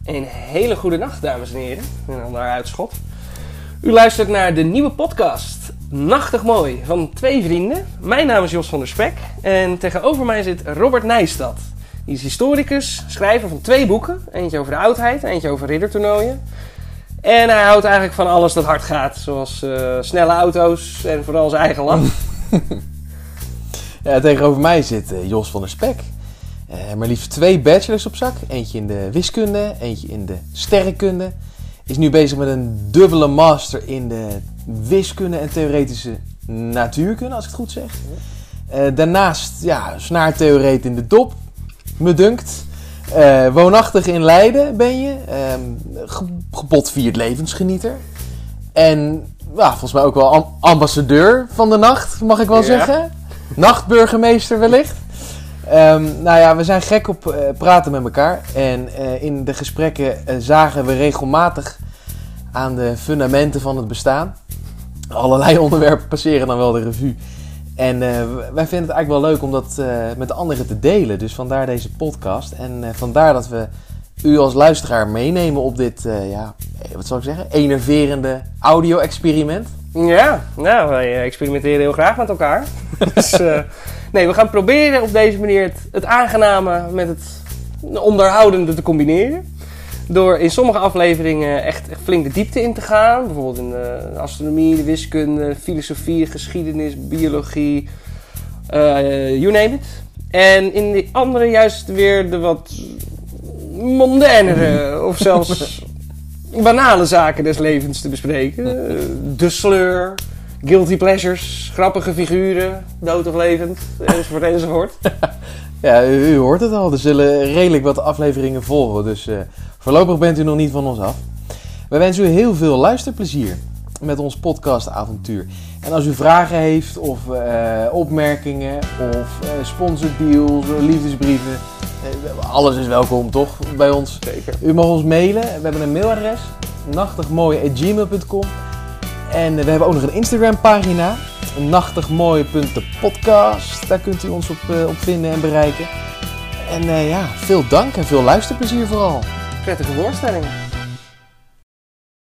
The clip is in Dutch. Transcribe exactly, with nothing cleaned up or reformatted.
Een hele goede nacht, dames en heren. En dan daaruit schot. U luistert naar de nieuwe podcast Nachtig Mooi van twee vrienden. Mijn naam is Jos van der Spek en tegenover mij zit Robert Nijstad. Die is historicus, schrijver van twee boeken. Eentje over de oudheid, eentje over riddertoernooien. En hij houdt eigenlijk van alles dat hard gaat. Zoals uh, snelle auto's en vooral zijn eigen lach. Ja, tegenover mij zit uh, Jos van der Spek. Uh, maar liefst twee bachelors op zak. Eentje in de wiskunde, eentje in de sterrenkunde. Is nu bezig met een dubbele master in de wiskunde en theoretische natuurkunde, als ik het goed zeg. Uh, daarnaast, ja, snaartheoreet in de dop, me dunkt. Uh, woonachtig in Leiden ben je. Uh, ge- gebotvierd levensgenieter. En ja, volgens mij ook wel am- ambassadeur van de nacht, mag ik wel ja. zeggen. Nachtburgemeester wellicht. Um, nou ja, we zijn gek op uh, praten met elkaar. En uh, in de gesprekken uh, zagen we regelmatig aan de fundamenten van het bestaan. Allerlei onderwerpen passeren dan wel de revue. En uh, wij vinden het eigenlijk wel leuk om dat uh, met anderen te delen. Dus vandaar deze podcast. En uh, vandaar dat we u als luisteraar meenemen op dit, uh, ja, wat zal ik zeggen, enerverende audio-experiment. Ja, nou, wij experimenteren heel graag met elkaar. dus, uh, nee, we gaan proberen op deze manier het, het aangename met het onderhoudende te combineren. Door in sommige afleveringen echt, echt flink de diepte in te gaan. Bijvoorbeeld in de astronomie, de wiskunde, filosofie, geschiedenis, biologie, uh, you name it. En in die andere juist weer de wat mondainere of zelfs banale zaken des levens te bespreken. De sleur, guilty pleasures, grappige figuren, dood of levend, enzovoort enzovoort. Ja, u, u hoort het al. Er zullen redelijk wat afleveringen volgen, dus uh, voorlopig bent u nog niet van ons af. Wij wensen u heel veel luisterplezier met ons podcastavontuur. En als u vragen heeft of uh, opmerkingen of uh, sponsordeals of liefdesbrieven, uh, alles is welkom toch bij ons. Zeker. U mag ons mailen. We hebben een mailadres, nachtigmooi at gmail dot com. En uh, we hebben ook nog een Instagram pagina, nachtigmooi punt de podcast. Daar kunt u ons op, uh, op vinden en bereiken. En uh, ja, veel dank en veel luisterplezier vooral. Prettige voorstellingen.